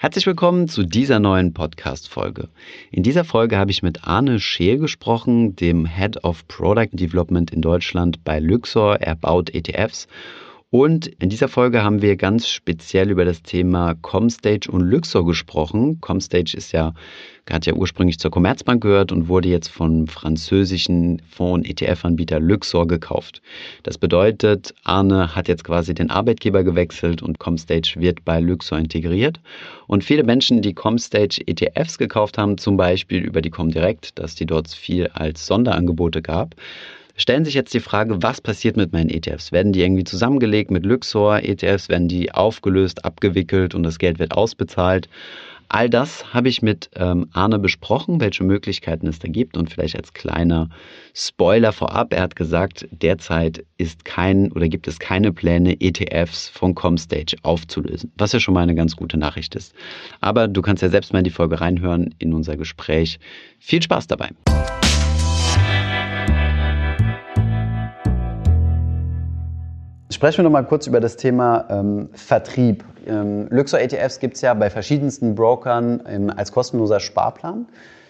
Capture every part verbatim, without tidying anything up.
Herzlich willkommen zu dieser neuen Podcast-Folge. In dieser Folge habe ich mit Arne Scheer gesprochen, dem Head of Product Development in Deutschland bei Lyxor. Er baut E T Fs. Und in dieser Folge haben wir ganz speziell über das Thema Comstage und Lyxor gesprochen. Comstage ist ja, hat ja ursprünglich zur Commerzbank gehört und wurde jetzt vom französischen Fonds- und E T F-Anbieter Lyxor gekauft. Das bedeutet, Arne hat jetzt quasi den Arbeitgeber gewechselt und Comstage wird bei Lyxor integriert. Und viele Menschen, die Comstage E T Fs gekauft haben, zum Beispiel über die Comdirect, dass die dort viel als Sonderangebote gab, stellen sich jetzt die Frage, was passiert mit meinen E T Fs? Werden die irgendwie zusammengelegt mit Lyxor E T Fs? Werden die aufgelöst, abgewickelt und das Geld wird ausbezahlt? All das habe ich mit ähm, Arne besprochen, welche Möglichkeiten es da gibt. Und vielleicht als kleiner Spoiler vorab, er hat gesagt, derzeit ist kein oder gibt es keine Pläne, E T Fs von Comstage aufzulösen, was ja schon mal eine ganz gute Nachricht ist. Aber du kannst ja selbst mal in die Folge reinhören, in unser Gespräch. Viel Spaß dabei! Sprechen wir noch mal kurz über das Thema ähm, Vertrieb. Ähm, Lyxor E T Fs gibt es ja bei verschiedensten Brokern ähm, als kostenloser Sparplan.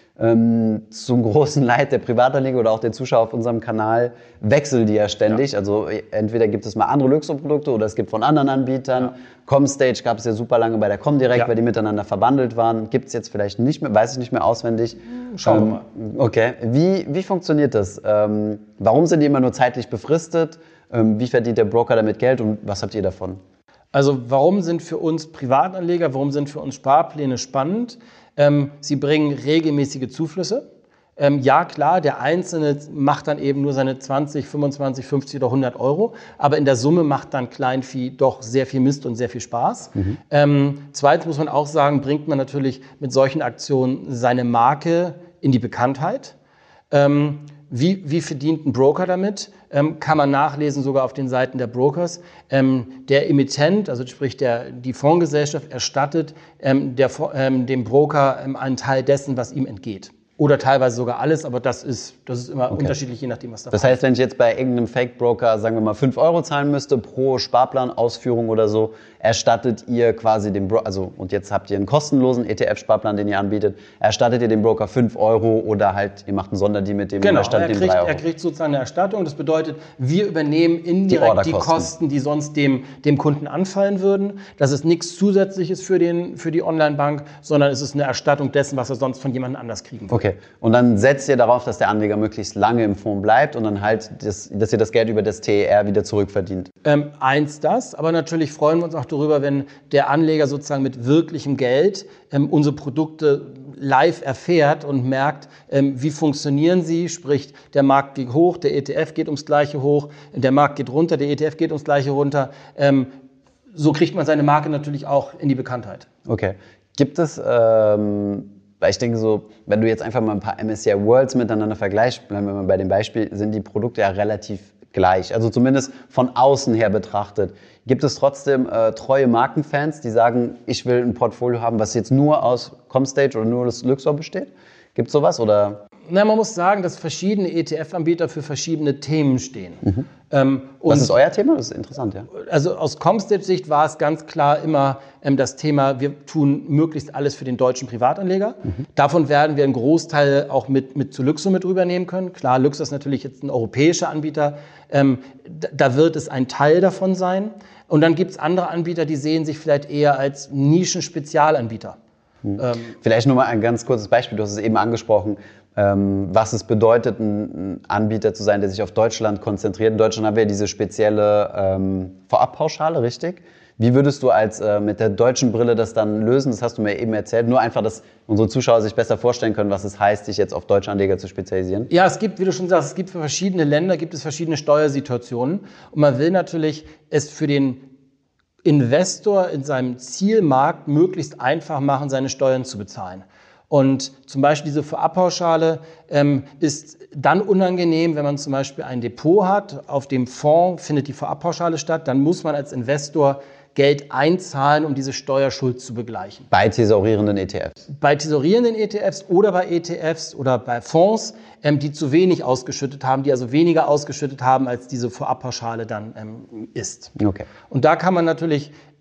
Ähm, zum großen Leid der Privatanleger oder auch der Zuschauer auf unserem Kanal wechseln die ja ständig. Ja. Also entweder gibt es mal andere Lyxor-Produkte oder es gibt von anderen Anbietern. Ja. Comstage gab es ja super lange bei der Comdirect, ja, weil die miteinander verbandelt waren. Gibt es jetzt vielleicht nicht mehr, weiß ich nicht mehr auswendig. Schauen ähm, wir mal. Okay, wie, wie funktioniert das? Ähm, warum sind die immer nur zeitlich befristet? Wie verdient der Broker damit Geld und was habt ihr davon? Also warum sind für uns Privatanleger, warum sind für uns Sparpläne spannend? Ähm, sie bringen regelmäßige Zuflüsse. Ähm, ja klar, der Einzelne macht dann eben nur seine zwanzig, fünfundzwanzig, fünfzig oder hundert Euro, aber in der Summe macht dann Kleinvieh doch sehr viel Mist und sehr viel Spaß. Mhm. Ähm, zweitens muss man auch sagen, bringt man natürlich mit solchen Aktionen seine Marke in die Bekanntheit. Ähm, Wie, wie verdient ein Broker damit? Ähm, kann man nachlesen, sogar auf den Seiten der Brokers. Ähm, der Emittent, also sprich der, die Fondsgesellschaft, erstattet ähm, der, ähm, dem Broker ähm, einen Teil dessen, was ihm entgeht. Oder teilweise sogar alles, aber das ist, das ist immer okay. unterschiedlich, je nachdem, was da Das heißt, wenn ich jetzt bei irgendeinem Fake-Broker, sagen wir mal, fünf Euro zahlen müsste pro Sparplanausführung oder so, erstattet ihr quasi dem Broker, also und jetzt habt ihr einen kostenlosen E T F-Sparplan, den ihr anbietet, erstattet ihr dem Broker fünf Euro oder halt, ihr macht einen Sonderdeal mit dem, genau, erstattet er dem kriegt, drei Euro. er kriegt sozusagen eine Erstattung. Das bedeutet, wir übernehmen indirekt die, die Kosten, die sonst dem, dem Kunden anfallen würden. Das ist nichts Zusätzliches für, den, für die Online-Bank, sondern es ist eine Erstattung dessen, was er sonst von jemandem anders kriegen würde. Okay, und dann setzt ihr darauf, dass der Anleger möglichst lange im Fonds bleibt und dann halt, das, dass ihr das Geld über das T E R wieder zurückverdient. Ähm, eins das, aber natürlich freuen wir uns auch darüber, wenn der Anleger sozusagen mit wirklichem Geld ähm, unsere Produkte live erfährt und merkt, ähm, wie funktionieren sie, sprich der Markt geht hoch, der E T F geht ums Gleiche hoch, der Markt geht runter, der E T F geht ums Gleiche runter. Ähm, so kriegt man seine Marke natürlich auch in die Bekanntheit. Okay, gibt es... Ähm Weil ich denke so, wenn du jetzt einfach mal ein paar M S C I Worlds miteinander vergleichst, bleiben wir mal bei dem Beispiel, sind die Produkte ja relativ gleich. Also zumindest von außen her betrachtet. Gibt es trotzdem äh, treue Markenfans, die sagen, ich will ein Portfolio haben, was jetzt nur aus Comstage oder nur aus Lyxor besteht? Gibt es sowas oder? Na, man muss sagen, dass verschiedene E T F-Anbieter für verschiedene Themen stehen. Mhm. Ähm, Was ist euer Thema? Das ist interessant, ja. Also aus Comstage-Sicht war es ganz klar immer ähm, das Thema, wir tun möglichst alles für den deutschen Privatanleger. Mhm. Davon werden wir einen Großteil auch mit, mit zu Lyxor mit rübernehmen können. Klar, Lyxor ist natürlich jetzt ein europäischer Anbieter. Ähm, da wird es ein Teil davon sein. Und dann gibt es andere Anbieter, die sehen sich vielleicht eher als Nischen-Spezialanbieter. Mhm. Ähm, vielleicht nur mal ein ganz kurzes Beispiel. Du hast es eben angesprochen. Ähm, was es bedeutet, ein Anbieter zu sein, der sich auf Deutschland konzentriert. In Deutschland haben wir diese spezielle ähm, Vorabpauschale, richtig? Wie würdest du als äh, mit der deutschen Brille das dann lösen? Das hast du mir eben erzählt. Nur einfach, dass unsere Zuschauer sich besser vorstellen können, was es heißt, sich jetzt auf deutsche Anleger zu spezialisieren. Ja, es gibt, wie du schon sagst, es gibt für verschiedene Länder gibt es verschiedene Steuersituationen. Und man will natürlich es für den Investor in seinem Zielmarkt möglichst einfach machen, seine Steuern zu bezahlen. Und zum Beispiel diese Vorabpauschale ähm, ist dann unangenehm, wenn man zum Beispiel ein Depot hat, auf dem Fonds findet die Vorabpauschale statt, dann muss man als Investor Geld einzahlen, um diese Steuerschuld zu begleichen. Bei tesorierenden E T Fs? Bei tesorierenden E T Fs oder bei E T Fs oder bei Fonds, ähm, die zu wenig ausgeschüttet haben, die also weniger ausgeschüttet haben, als diese Vorabpauschale dann ähm, ist. Okay. Und da kann man natürlich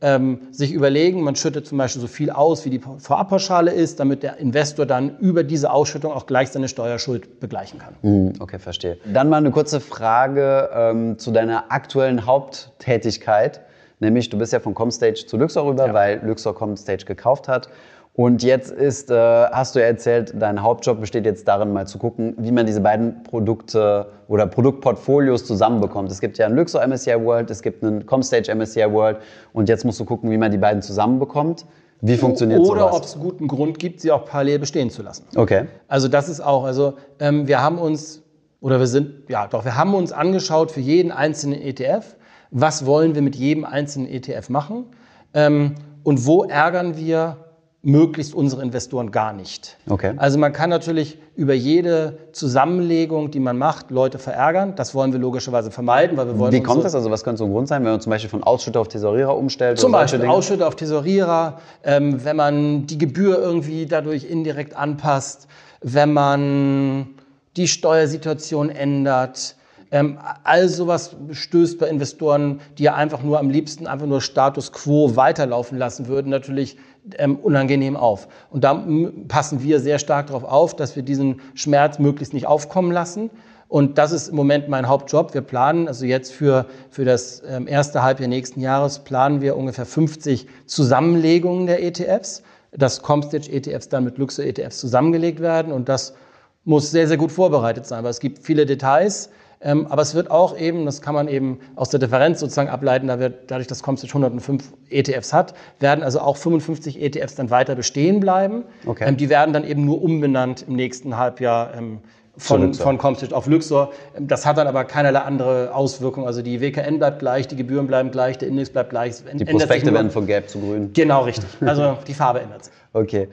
ähm, sich überlegen, man schüttet zum Beispiel so viel aus, wie die Vorabpauschale ist, damit der Investor dann über diese Ausschüttung auch gleich seine Steuerschuld begleichen kann. Okay, verstehe. Dann mal eine kurze Frage ähm, zu deiner aktuellen Haupttätigkeit, nämlich du bist ja von Comstage zu Luxor rüber, ja. weil Luxor Comstage gekauft hat. Und jetzt ist, äh, hast du ja erzählt, dein Hauptjob besteht jetzt darin, mal zu gucken, wie man diese beiden Produkte oder Produktportfolios zusammenbekommt. Es gibt ja einen Luxor M S C I World, es gibt einen Comstage M S C I World und jetzt musst du gucken, wie man die beiden zusammenbekommt. Wie funktioniert oder sowas? Oder ob es einen guten Grund gibt, sie auch parallel bestehen zu lassen. Okay. Also das ist auch, also ähm, wir haben uns, oder wir sind, ja doch, wir haben uns angeschaut für jeden einzelnen E T F, was wollen wir mit jedem einzelnen E T F machen ähm, und wo ärgern wir möglichst unsere Investoren gar nicht. Okay. Also man kann natürlich über jede Zusammenlegung, die man macht, Leute verärgern. Das wollen wir logischerweise vermeiden, weil wir wollen. Wie kommt das? Also was könnte so ein Grund sein, wenn man zum Beispiel von Ausschütter auf Tesorierer umstellt? Zum Beispiel Ausschütter auf Tesorierer, ähm, wenn man die Gebühr irgendwie dadurch indirekt anpasst, wenn man die Steuersituation ändert. Ähm, all sowas stößt bei Investoren, die ja einfach nur am liebsten einfach nur Status Quo weiterlaufen lassen würden, natürlich ähm, unangenehm auf. Und da m- passen wir sehr stark darauf auf, dass wir diesen Schmerz möglichst nicht aufkommen lassen. Und das ist im Moment mein Hauptjob. Wir planen, also jetzt für, für das ähm, erste Halbjahr nächsten Jahres planen wir ungefähr fünfzig Zusammenlegungen der E T Fs, dass Comstage E T Fs dann mit Luxor E T Fs zusammengelegt werden. Und das muss sehr, sehr gut vorbereitet sein, weil es gibt viele Details. Ähm, aber es wird auch eben, das kann man eben aus der Differenz sozusagen ableiten, da wird, dadurch, dass Comstage hundertfünf E T Fs hat, werden also auch fünfundfünfzig E T Fs dann weiter bestehen bleiben. Okay. Ähm, die werden dann eben nur umbenannt im nächsten Halbjahr ähm, von, von Comstage auf Luxor. Ähm, das hat dann aber keinerlei andere Auswirkungen. Also die W K N bleibt gleich, die Gebühren bleiben gleich, der Index bleibt gleich. Die Prospekte werden von gelb zu grün. Genau, richtig. Also die Farbe ändert sich. Okay.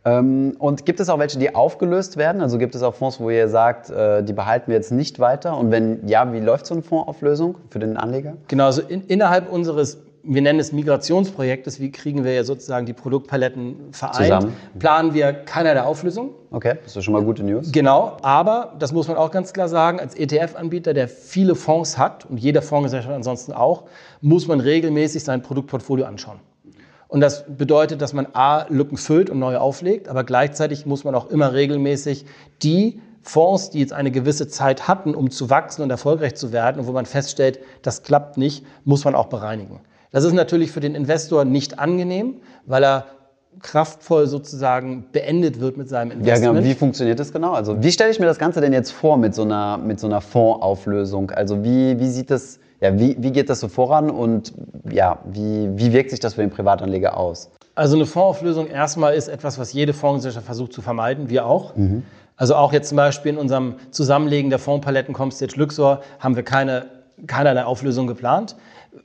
Und gibt es auch welche, die aufgelöst werden? Also gibt es auch Fonds, wo ihr sagt, die behalten wir jetzt nicht weiter? Und wenn ja, wie läuft so eine Fondsauflösung für den Anleger? Genau, also in, innerhalb unseres, wir nennen es Migrationsprojektes, wie kriegen wir ja sozusagen die Produktpaletten vereint, zusammen, planen wir keinerlei Auflösung. Okay, das ist schon mal gute News. Genau, aber das muss man auch ganz klar sagen, als E T F-Anbieter, der viele Fonds hat und jeder Fondsgesellschaft ansonsten auch, muss man regelmäßig sein Produktportfolio anschauen. Und das bedeutet, dass man A, Lücken füllt und neue auflegt, aber gleichzeitig muss man auch immer regelmäßig die Fonds, die jetzt eine gewisse Zeit hatten, um zu wachsen und erfolgreich zu werden und wo man feststellt, das klappt nicht, muss man auch bereinigen. Das ist natürlich für den Investor nicht angenehm, weil er kraftvoll sozusagen beendet wird mit seinem Investment. Ja, genau. Wie funktioniert das genau? Also wie stelle ich mir das Ganze denn jetzt vor mit so einer, mit so einer Fondsauflösung? Also wie, wie sieht das, ja, wie, wie geht das so voran und ja, wie, wie wirkt sich das für den Privatanleger aus? Also eine Fondsauflösung erstmal ist etwas, was jede Fondsgesellschaft versucht zu vermeiden, wir auch. Mhm. Also auch jetzt zum Beispiel in unserem Zusammenlegen der Fondspaletten Comstage Luxor haben wir keine, keinerlei Auflösung geplant.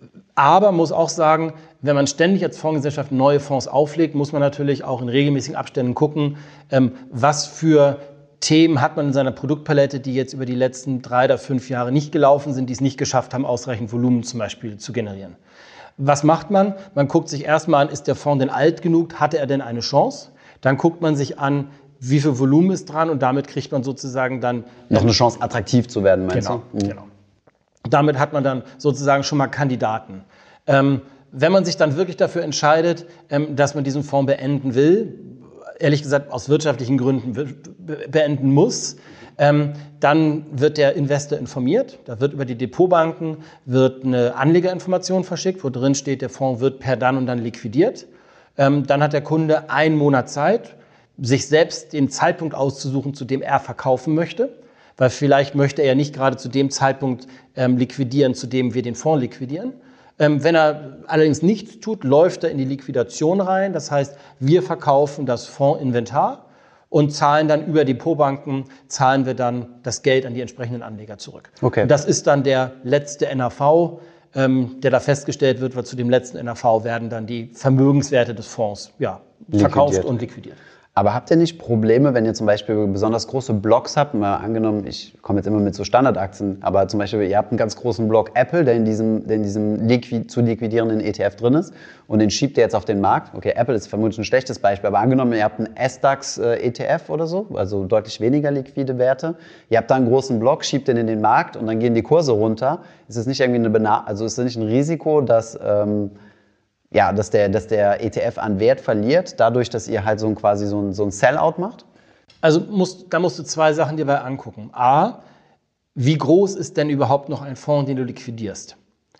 Aber muss auch sagen, wenn man ständig als Fondsgesellschaft neue Fonds auflegt, muss man natürlich auch in regelmäßigen Abständen gucken, ähm, was für Themen hat man in seiner Produktpalette, die jetzt über die letzten drei oder fünf Jahre nicht gelaufen sind, die es nicht geschafft haben, ausreichend Volumen zum Beispiel zu generieren. Was macht man? Man guckt sich erstmal an, ist der Fonds denn alt genug? Hatte er denn eine Chance? Dann guckt man sich an, wie viel Volumen ist dran und damit kriegt man sozusagen dann... Noch eine Chance, attraktiv zu werden, meinst genau, du? Mhm. Genau. Damit hat man dann sozusagen schon mal Kandidaten. Ähm, wenn man sich dann wirklich dafür entscheidet, ähm, dass man diesen Fonds beenden will, ehrlich gesagt aus wirtschaftlichen Gründen be- beenden muss, ähm, dann wird der Investor informiert. Da wird über die Depotbanken wird eine Anlegerinformation verschickt, wo drin steht, der Fonds wird per dann und dann liquidiert. Ähm, dann hat der Kunde einen Monat Zeit, sich selbst den Zeitpunkt auszusuchen, zu dem er verkaufen möchte. Weil vielleicht möchte er ja nicht gerade zu dem Zeitpunkt ähm, liquidieren, zu dem wir den Fonds liquidieren. Ähm, wenn er allerdings nichts tut, läuft er in die Liquidation rein. Das heißt, wir verkaufen das Fondsinventar und zahlen dann über Depotbanken, zahlen wir dann das Geld an die entsprechenden Anleger zurück. Okay. Und das ist dann der letzte N A V, ähm, der da festgestellt wird, weil zu dem letzten N A V werden dann die Vermögenswerte des Fonds ja, verkauft Liquidiert. und liquidiert. Aber habt ihr nicht Probleme, wenn ihr zum Beispiel besonders große Blocks habt? Mal angenommen, ich komme jetzt immer mit so Standardaktien, aber zum Beispiel, ihr habt einen ganz großen Block Apple, der in diesem, der in diesem liquid, zu liquidierenden E T F drin ist und den schiebt ihr jetzt auf den Markt. Okay, Apple ist vermutlich ein schlechtes Beispiel, aber angenommen, ihr habt einen S DAX E T F oder so, also deutlich weniger liquide Werte. Ihr habt da einen großen Block, schiebt den in den Markt und dann gehen die Kurse runter. Ist es nicht irgendwie eine Bena- also ist es nicht ein Risiko, dass... Ähm, ja, dass der, dass der E T F an Wert verliert, dadurch, dass ihr halt so ein, quasi so ein, so ein Sellout macht? Also musst, da musst du zwei Sachen dir bei angucken. A, wie groß ist denn überhaupt noch ein Fonds, den du liquidierst?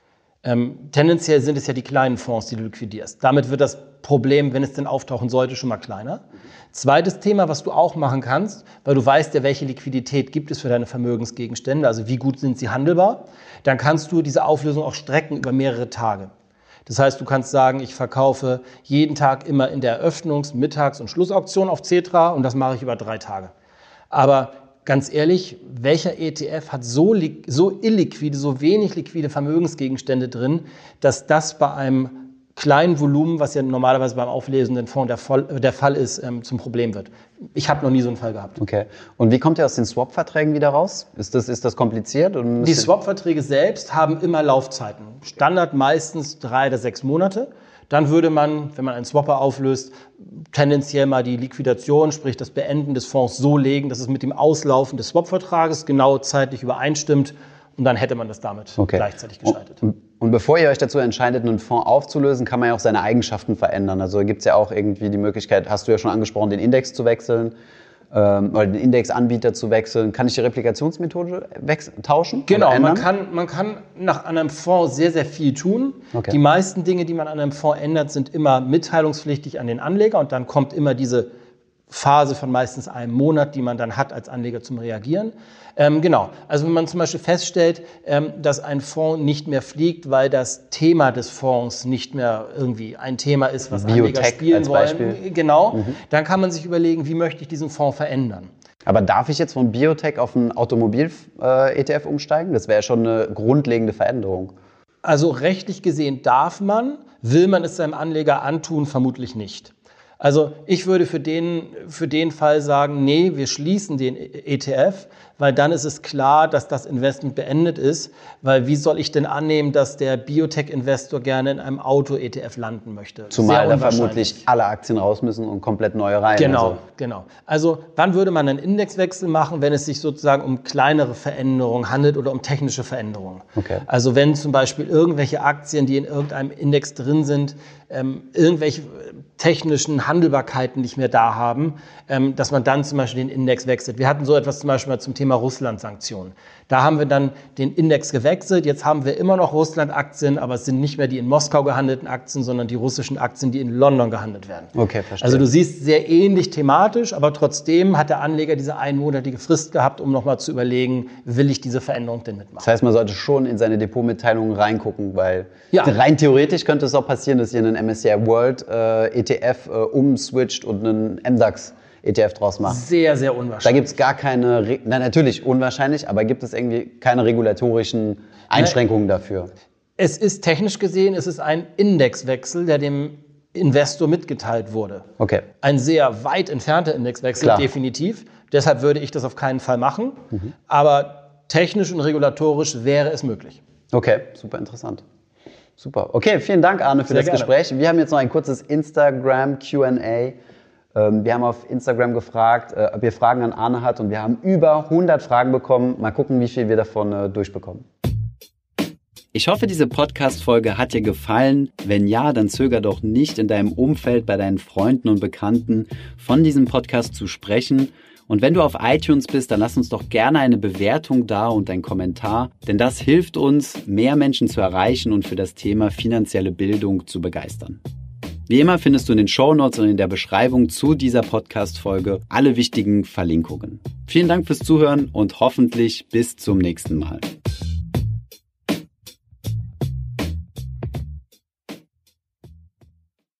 Ähm, tendenziell sind es ja die kleinen Fonds, die du liquidierst. Damit wird das Problem, wenn es denn auftauchen sollte, schon mal kleiner. Zweites Thema, was du auch machen kannst, weil du weißt ja, welche Liquidität gibt es für deine Vermögensgegenstände, also wie gut sind sie handelbar, dann kannst du diese Auflösung auch strecken über mehrere Tage. Das heißt, du kannst sagen, ich verkaufe jeden Tag immer in der Eröffnungs-, Mittags- und Schlussauktion auf Xetra und das mache ich über drei Tage. Aber ganz ehrlich, welcher E T F hat so, so illiquide, so wenig liquide Vermögensgegenstände drin, dass das bei einem kleinen Volumen, was ja normalerweise beim auflesenden Fonds der Fall, der Fall ist, ähm, zum Problem wird. Ich habe noch nie so einen Fall gehabt. Okay. Und wie kommt ihr aus den Swap-Verträgen wieder raus? Ist das, ist das kompliziert? Und die Swap-Verträge selbst haben immer Laufzeiten. Standard meistens drei oder sechs Monate. Dann würde man, wenn man einen Swapper auflöst, tendenziell mal die Liquidation, sprich das Beenden des Fonds so legen, dass es mit dem Auslaufen des Swap-Vertrages genau zeitlich übereinstimmt. Und dann hätte man das damit okay. gleichzeitig geschaltet. Und, und bevor ihr euch dazu entscheidet, einen Fonds aufzulösen, kann man ja auch seine Eigenschaften verändern. Also gibt es ja auch irgendwie die Möglichkeit, hast du ja schon angesprochen, den Index zu wechseln ähm, oder den Indexanbieter zu wechseln. Kann ich die Replikationsmethode wechseln, tauschen? Genau, man kann, man kann nach einem Fonds sehr, sehr viel tun. Okay. Die meisten Dinge, die man an einem Fonds ändert, sind immer mitteilungspflichtig an den Anleger und dann kommt immer diese Phase von meistens einem Monat, die man dann hat als Anleger zum Reagieren. Ähm, genau, also wenn man zum Beispiel feststellt, ähm, dass ein Fonds nicht mehr fliegt, weil das Thema des Fonds nicht mehr irgendwie ein Thema ist, was Biotech Anleger spielen als Beispiel. wollen. Genau, mhm. Dann kann man sich überlegen, wie möchte ich diesen Fonds verändern. Aber darf ich jetzt von Biotech auf einen Automobil-E T F umsteigen? Das wäre ja schon eine grundlegende Veränderung. Also rechtlich gesehen darf man, will man es seinem Anleger antun, vermutlich nicht. Also ich würde für den, für den Fall sagen, nee, wir schließen den E T F, weil dann ist es klar, dass das Investment beendet ist. Weil wie soll ich denn annehmen, dass der Biotech-Investor gerne in einem Auto-E T F landen möchte? Zumal da vermutlich alle Aktien raus müssen und komplett neue rein. Genau, also. genau. Also wann würde man einen Indexwechsel machen, wenn es sich sozusagen um kleinere Veränderungen handelt oder um technische Veränderungen? Okay. Also wenn zum Beispiel irgendwelche Aktien, die in irgendeinem Index drin sind, ähm, irgendwelche technischen Handelbarkeiten nicht mehr da haben, ähm, dass man dann zum Beispiel den Index wechselt. Wir hatten so etwas zum Beispiel mal zum Thema Russland-Sanktionen. Da haben wir dann den Index gewechselt. Jetzt haben wir immer noch Russland-Aktien, aber es sind nicht mehr die in Moskau gehandelten Aktien, sondern die russischen Aktien, die in London gehandelt werden. Okay, verstehe. Also du siehst, sehr ähnlich thematisch, aber trotzdem hat der Anleger diese einmonatige Frist gehabt, um nochmal zu überlegen, will ich diese Veränderung denn mitmachen? Das heißt, man sollte schon in seine Depotmitteilungen reingucken, weil ja. rein theoretisch könnte es auch passieren, dass ihr einen M S C I World äh, E T F äh, umswitcht und einen M DAX E T F draus macht. Sehr, sehr unwahrscheinlich. Da gibt es gar keine, Re- na natürlich unwahrscheinlich, aber gibt es irgendwie keine regulatorischen Einschränkungen Nein. dafür? Es ist technisch gesehen, es ist ein Indexwechsel, der dem Investor mitgeteilt wurde. Okay. Ein sehr weit entfernter Indexwechsel, Klar. definitiv. Deshalb würde ich das auf keinen Fall machen. Mhm. Aber technisch und regulatorisch wäre es möglich. Okay, super interessant. Super. Okay, vielen Dank, Arne, für Sehr das gerne. Gespräch. Wir haben jetzt noch ein kurzes Instagram Q and A. Wir haben auf Instagram gefragt, ob ihr Fragen an Arne hat, und wir haben über hundert Fragen bekommen. Mal gucken, wie viel wir davon durchbekommen. Ich hoffe, diese Podcast-Folge hat dir gefallen. Wenn ja, dann zöger doch nicht, in deinem Umfeld, bei deinen Freunden und Bekannten von diesem Podcast zu sprechen. Und wenn du auf iTunes bist, dann lass uns doch gerne eine Bewertung da und einen Kommentar, denn das hilft uns, mehr Menschen zu erreichen und für das Thema finanzielle Bildung zu begeistern. Wie immer findest du in den Shownotes und in der Beschreibung zu dieser Podcast-Folge alle wichtigen Verlinkungen. Vielen Dank fürs Zuhören und hoffentlich bis zum nächsten Mal.